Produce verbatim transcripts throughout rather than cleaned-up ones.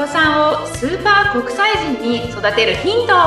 子さんをスーパー国際人に育てるヒント。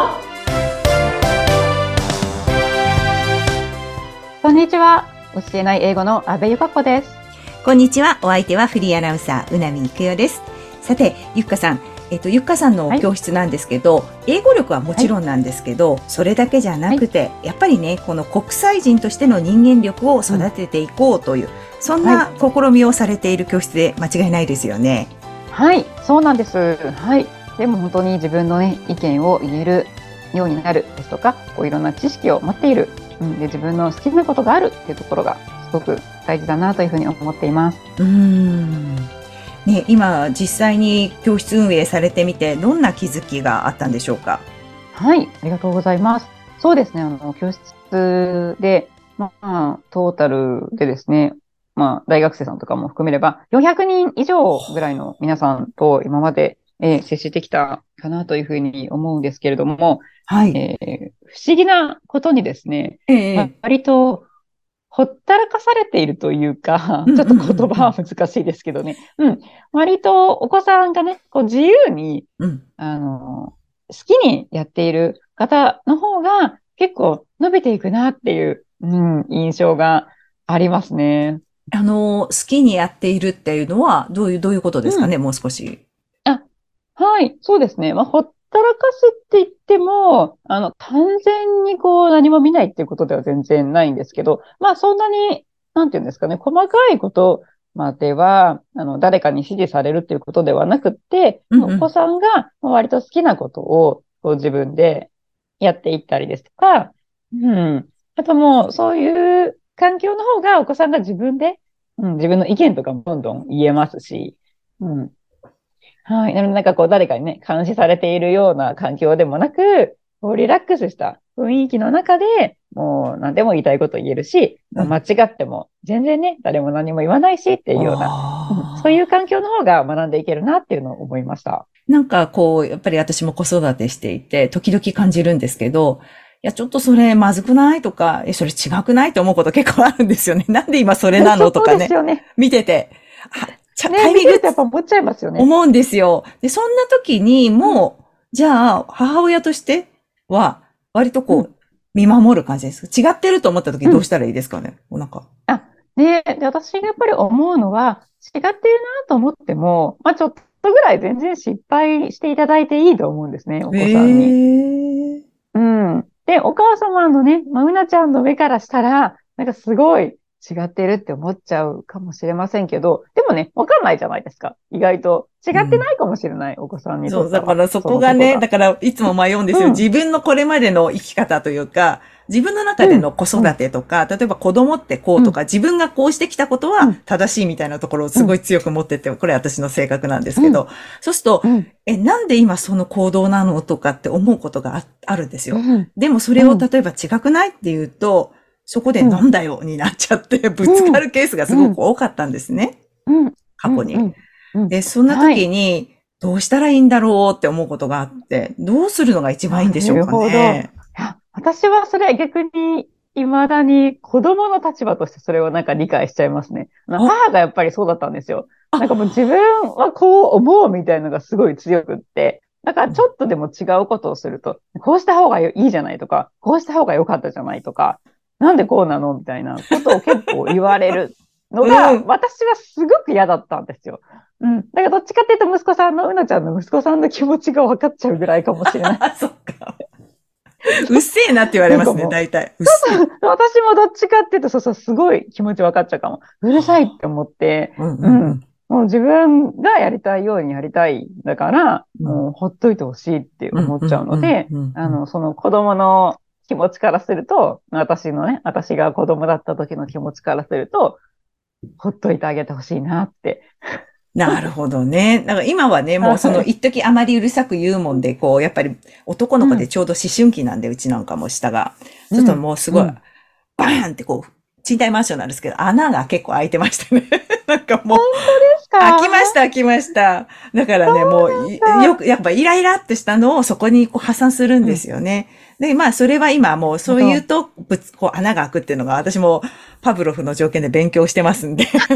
こんにちは。教えない英語の阿部由香子です。 こんにちは。お相手はフリーアナウンサー、うなみいくよです。さて、ゆっかさん、えっと、ゆっかさんの教室なんですけど、はい、英語力はもちろんなんですけど、はい、それだけじゃなくて、はい、やっぱりね、この国際人としての人間力を育てていこうという、うん、そんな試みをされている教室で間違いないですよね。 はい、そうなんです。はい。でも本当に自分のね、意見を言えるようになるですとか、こういろんな知識を持っている、うん、で自分の好きなことがあるっていうところがすごく大事だなというふうに思っています。 うーん。ね、今実際に教室運営されてみて、どんな気づきがあったんでしょうか？ はい、ありがとうございます。そうですね、あの、教室で、まあ、トータルでですね、まあ、大学生さんとかも含めれば、よんひゃくにん以上ぐらいの皆さんと今まで、えー接してきたかなというふうに思うんですけれども、 はい。 えー不思議なことにですね、 ええ。 割とほったらかされているというか、ちょっとうんうんうんうん。 言葉は難しいですけどね、うん、割とお子さんがね、こう自由に、 うん。 あの、好きにやっている方の方が結構伸びていくなっていう、うん、印象がありますね。 あの、好きにやっているっていうのは、どういう、どういうことですかね、 うん。 もう少し。 あ、はい、そうですね。まあ、ほったらかすって言っても、あの、完全にこう何も見ないっていうことでは全然ないんですけど、まあ、そんなに、なんていうんですかね、細かいことまでは、あの、誰かに指示されるっていうことではなくって、お子うんうん。 さんが割と好きなことをこう自分でやっていったりですとか、うん。あともう、そういう環境の方がお子さんが自分で、うん、自分の意見とかもどんどん言えますし、うん。はい。なのでなんかこう誰かにね、監視されているような環境でもなく、こうリラックスした雰囲気の中で、もう何でも言いたいこと言えるし、もう間うん。 違っても全然ね、誰も何も言わないしっていうような、うん、そういうああ。 環境の方が学んでいけるなっていうのを思いました。 なんかこう、やっぱり私も子育てしていて、時々感じるんですけど、いや、ちょっとそれまずくないとか、え、それ違くないと思うこと結構あるんですよね。なんで今それなそうのとかね。 ですよね。 見てて。あ、ちゃ、タね、 イミング見てるとやっぱ思っちゃいますよね。 思うんですよ。で、そんな時にうん、 もう、じゃあ、母親としては、割とうん、 こう、見守る感じです。違ってると思った時うん。 どうしたらいいですかね。もうなんか。 あ、ね、で、私がやっぱり思うのは、違ってるなと思っても、まあちょっとぐらい全然失敗していただいていいと思うんですね、お子さんに。 ええ。 うん。で、お母様のね、まあ、うなちゃんの目からしたら、なんかすごい違ってるって思っちゃうかもしれませんけど、でもね、わかんないじゃないですか。意外と。違ってうん。 ないかもしれない、お子さんにとそう、 っては。 だからそそこがね、 のことが。 だからいつも迷うんですよ。 うん、 自分のこれまでの生き方というか、自分の中でうん、 の子育うん、 てとか、例えば子供ってこううん、 とか、自分がこうしてきたことはうん、 正しいみたいなところをうん、 すごい強く持ってて、これ私の性格なんですうん、 けど、そうすると、 うん、 え、なんで今その行動なのとかって思うことがあ、あるんですよ。 うん、 でもそれうん、 を例えば違くないって言うと、そこでうん、 なんだよになっちゃって、ぶつうん、 かるケースがすごく多かったんですね。 うん、うん、う過去に。 ん、うん。 で、そんなはい。 時に、どうしたらいいんだろうって思うことがあって、どうするのが一番いいんなるでしょうかほど。 ね。 いや、私はそれ逆に、未だに子供の立場としてそれをなんか理解しちゃいますね。あのあ、 母がやっぱりそうだったんですよ。なんかもう自あ、 分はこう思うみたいのがすごい強くって、だからちょっとでも違うことをすると、こうした方がいいじゃないとか、こうした方が良かったじゃないとか、なんでこうなのみたいなことを結構言われるのが、 うん。 私はすごく嫌だったんですよ。うん。だからどっちかっていうと息子さんの、うなちゃんの息子さんの気持ちが分かっちゃうぐらいかもしれない。 あ、そっか。うっせえなって言われますね、 なんかも大体。うっせえ。 う、私もどっちかっていうと、そうそう、すごい気持ち分かっちゃうかも。うるさいって思って、 うんううん。 んもう自分がやりたいようにやりたい。だから、 うん。 もうほっといてほしいってうんう思っちゃうんうんので、 うんうん。 あの、その子供の気持ちからすると、私のね、私が子供だった時の気持ちからすると、ほっといてあげてほしいなって。 なるほどね。だから今はね、もうそのはい。 一時あまりうるさく言うもんで、こう、やっぱり男の子でうん、 ちょうど思春期なんで、うちなんかも下が。ちょっとうん、 もうすごい、 うん。 バーンってこう、賃貸マンションなんですけど、穴が結構開いてましたね。なんかもう、 本当です開か？ きました、開きました。だからね、もうい、よく、 なんだ。 やっぱイライラってしたのをそこにこう破産するんでうん。 すよね。で、まあ、それは今もうそう言うほど。 と、ぶつ、こう穴が開くっていうのが私もパブロフの条件で勉強してますんで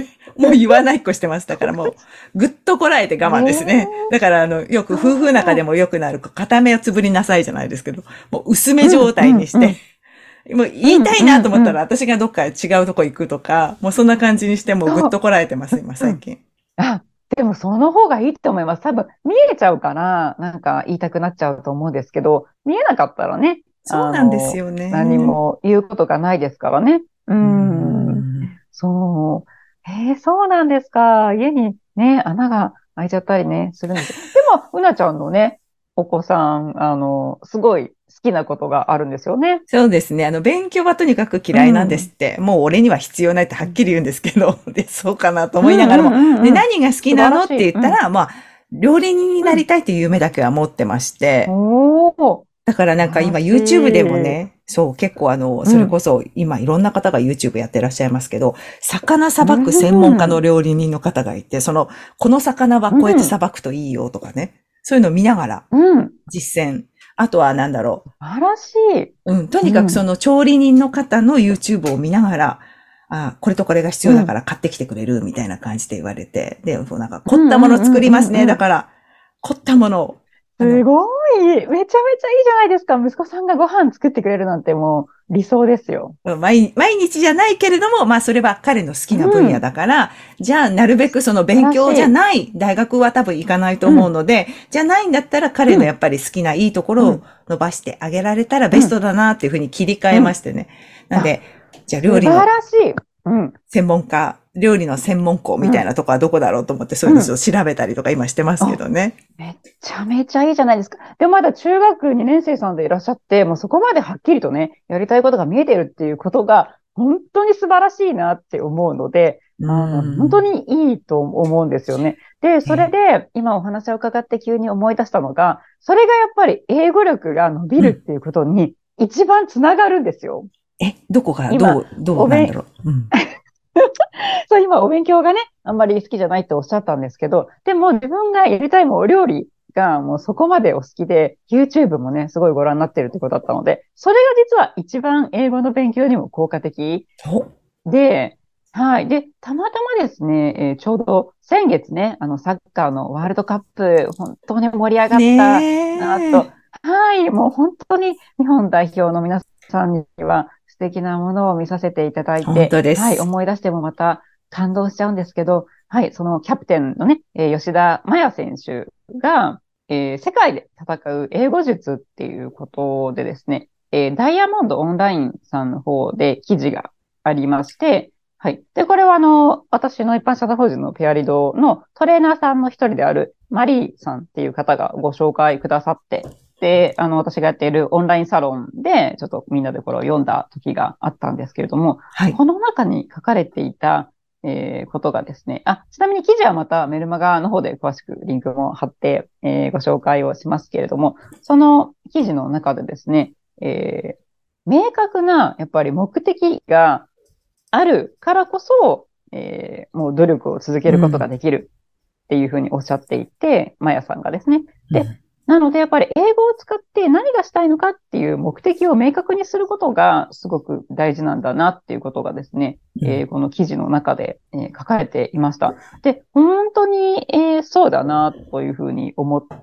もう言わないっこしてます。だからもう、ぐっとこらえて我慢ですね。だからあの、よく夫婦仲でもよくなる、片目をつぶりなさいじゃないですけど、もう薄め状態にして、もう言いたいなと思ったら私がどっか違うとこ行くとか、もうそんな感じにしてもうぐっとこらえてます、今最近。 あ、でもその方がいいと思います。多分見えちゃうから、なんか言いたくなっちゃうと思うんですけど、見えなかったらね、 そうなんですよね。 何も言うことがないですからね。うーん。そう。えー、そうなんですか。家にね、穴が開いちゃったりね、するんです。でも、うなちゃんのね、お子さん、あの、すごい好きなことがあるんですよね。 そうですね。あの、勉強はとにかく嫌いなんですって。うん、もう俺には必要ないってはっきり言うんですけど、で、そうかなと思いながらも、うんうんうんうん、で、何が好きなのって言ったら、うん、まあ、料理人になりたいという夢だけは持ってまして、うん、おー。だからなんか今 YouTube でもね、そう結構あの、それこそ今いろんな方が YouTube やってらっしゃいますけど、魚さばく専門家の料理人の方がいて、その、この魚はこうやってさばくといいよとかね、そういうのを見ながら実践。あとはなんだろう。 素晴らしい。 うん。とにかくその調理人の方の YouTube を見ながら、あ、これとこれが必要だから買ってきてくれるみたいな感じで言われて、で、なんか凝ったもの作りますね。だから、凝ったものを。 すごい。めちゃめちゃいいじゃないですか。息子さんがご飯作ってくれるなんてもう理想ですよ。 毎, 毎日じゃないけれども、まあそれは彼の好きな分野だから、うん、じゃあなるべくその勉強じゃない、大学は多分行かないと思うので、うん、じゃないんだったら彼のやっぱり好きないいところを伸ばしてあげられたらベストだなっていうふうに切り替えましてね。うん、なんで、じゃあ料理の。 素晴らしい。うん。 専門家、料理の専門校みたいなとこはどこだろうと思って、そういうのを調べたりとか今してますけどね、 うん。めちゃめちゃいいじゃないですか。でもまだ中学にねん生さんでいらっしゃって、もうそこまではっきりとね、やりたいことが見えてるっていうことが、本当に素晴らしいなって思うので、あの本当にいいと思うんですよね。で、それで今お話を伺って急に思い出したのが、それがやっぱり英語力が伸びるっていうことに一番つながるんですよ。 うん、え、どこがどう、どうなんだろう。うんそう、今お勉強がね、あんまり好きじゃないっておっしゃったんですけど、でも自分がやりたいもお料理がもうそこまでお好きで、YouTube もね、すごいご覧になってるってことだったので、それが実は一番英語の勉強にも効果的で、はい。で、たまたまですね、えー、ちょうど先月ね、あのサッカーのワールドカップ、本当に盛り上がったなと、はい、もう本当に日本代表の皆さんには、素敵なものを見させていただいて、 本当です。 はい、思い出してもまた感動しちゃうんですけど、はい、そのキャプテンのね、えー、吉田麻也選手が、えー、世界で戦う英語術っていうことでですね、えー、ダイヤモンドオンラインさんの方で記事がありまして、はい。で、これはあの、私の一般社団法人のペアリドのトレーナーさんの一人であるマリーさんっていう方がご紹介くださって、で、あの、私がやっているオンラインサロンで、ちょっとみんなでこれを読んだ時があったんですけれども、はい、この中に書かれていた、えー、ことがですね、あ、ちなみに記事はまたメルマガの方で詳しくリンクも貼って、えー、ご紹介をしますけれども、その記事の中でですね、えー、明確な、やっぱり目的があるからこそ、えー、もう努力を続けることができるっていうふうにおっしゃっていて、マヤさんがですね。で、うん、なので、やっぱり英語を使って何がしたいのかっていう目的を明確にすることがすごく大事なんだなっていうことがですね、うん、えー、この記事の中で、えー、書かれていました。で、本当に、えー、そうだなというふうに思って、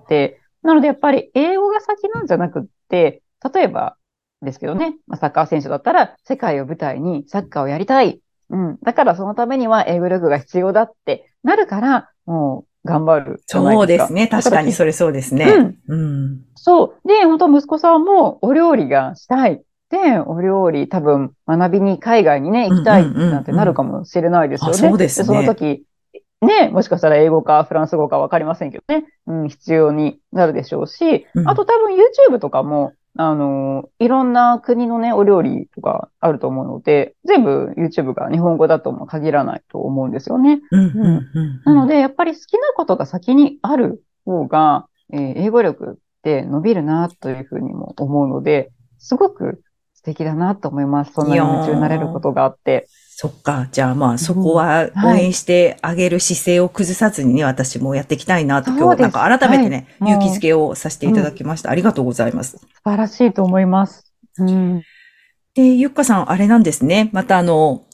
なのでやっぱり英語が先なんじゃなくって、例えばですけどね、まあ、サッカー選手だったら世界を舞台にサッカーをやりたい。うん。だからそのためには英語力が必要だってなるから、もう、頑張るじゃないですか。 そうですね。確かにそれそうですね。うん。うん、 そう。で、本当息子さんもお料理がしたい。で、お料理多分学びに海外にね、行きたいなんてなるかもしれないですよね。 そうですね。 で、その時、ね、もしかしたら英語かフランス語かわかりませんけどね、うん、必要になるでしょうし、うん、あと多分 YouTube とかも、あの、いろんな国のね、お料理とかあると思うので、全部 YouTube が日本語だとも限らないと思うんですよね。 うんうんうん、 なので、やっぱり好きなことが先にある方が、えー、英語力って伸びるなというふうにも思うので、すごく素敵だなと思います。そんなに夢中になれることがあって。 そっか。じゃあまあそこは応援してあげる姿勢を崩さずにね、私もやっていきたいなと今日なんか改めてね、はい、勇気づけをさせていただきました、うん。ありがとうございます。 素晴らしいと思います。うん、 で、ゆっかさんあれなんですね。またあの、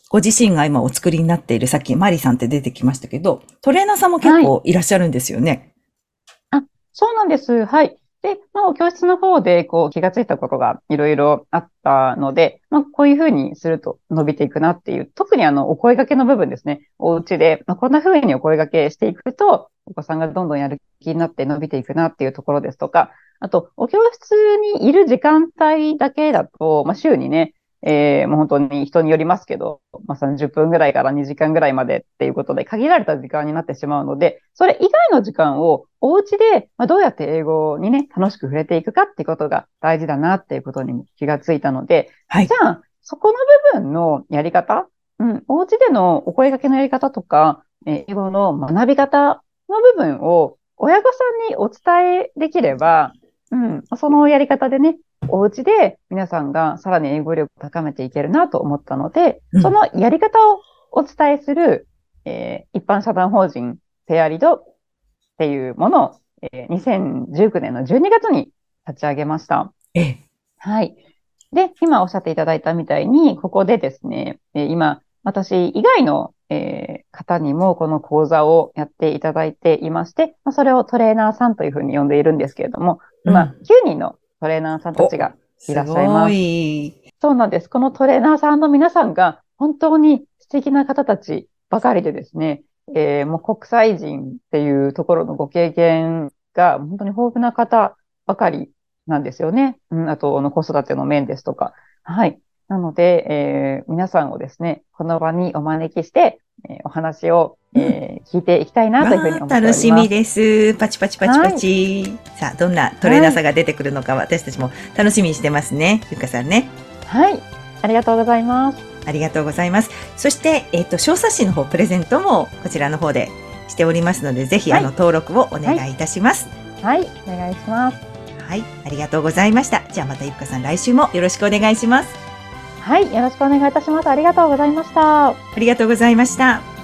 ご自身が今お作りになっている、さっきマリさんって出てきましたけど、トレーナーさんも結構いらっしゃるんですよね。 はい、あ、そうなんです。はい。で、まあ、教室の方で、こう、気がついたことがいろいろあったので、まあ、こういうふうにすると伸びていくなっていう、特にあの、お声掛けの部分ですね。お家で、まあ、こんなふうにお声掛けしていくと、お子さんがどんどんやる気になって伸びていくなっていうところですとか、あと、お教室にいる時間帯だけだと、まあ、週にね、えー、もう本当に人によりますけど、まあ、さんじゅっぷんぐらいからにじかんぐらいまでっていうことで限られた時間になってしまうので、それ以外の時間をお家で、まあ、どうやって英語にね、楽しく触れていくかっていうことが大事だなっていうことに気がついたので、 はい。 じゃあ、そこの部分のやり方、うん、お家でのお声掛けのやり方とか、えー英語の学び方の部分を親御さんにお伝えできれば、うん、そのやり方でね、お家で皆さんがさらに英語力を高めていけるなと思ったので、 うんそのやり方をお伝えする、えー一般社団法人ペアリドっていうものを、えーにせんじゅうきゅうねんのじゅうにがつに立ち上げました。 ええ。 はい。で、今おっしゃっていただいたみたいに、ここでですね、えー今、私以外の、えー方にもこの講座をやっていただいていまして、まあ、それをトレーナーさんというふうに呼んでいるんですけれども、今、 うんきゅうにんのトレーナーさんたちがいらっしゃいます。 すごい。 そうなんです。このトレーナーさんの皆さんが本当に素敵な方たちばかりでですね、えーもう国際人っていうところのご経験が本当に豊富な方ばかりなんですよね。うん、あと、あの子育ての面ですとか。はい。なので、えー皆さんをですね、この場にお招きして、えーお話を、えー聞いていきたいなというふうに思っております。 楽しみです。パチパチパチパはチ。さあ、どんなトレーナーさんが出てくるのか、私たちも楽しみにしてますね。ゆっかさんね。 はい。ありがとうございます。 ありがとうございます。そして、えっと、小冊子の方、プレゼントもこちらの方でしておりますので、ぜひ、 はいあの、登録をお願いいたします。 はい。お願いします。 はい、ありがとうございました。じゃあまたゆっかさん、来週もよろしくお願いします。 はい。よろしくお願いいたします。ありがとうございました。 ありがとうございました。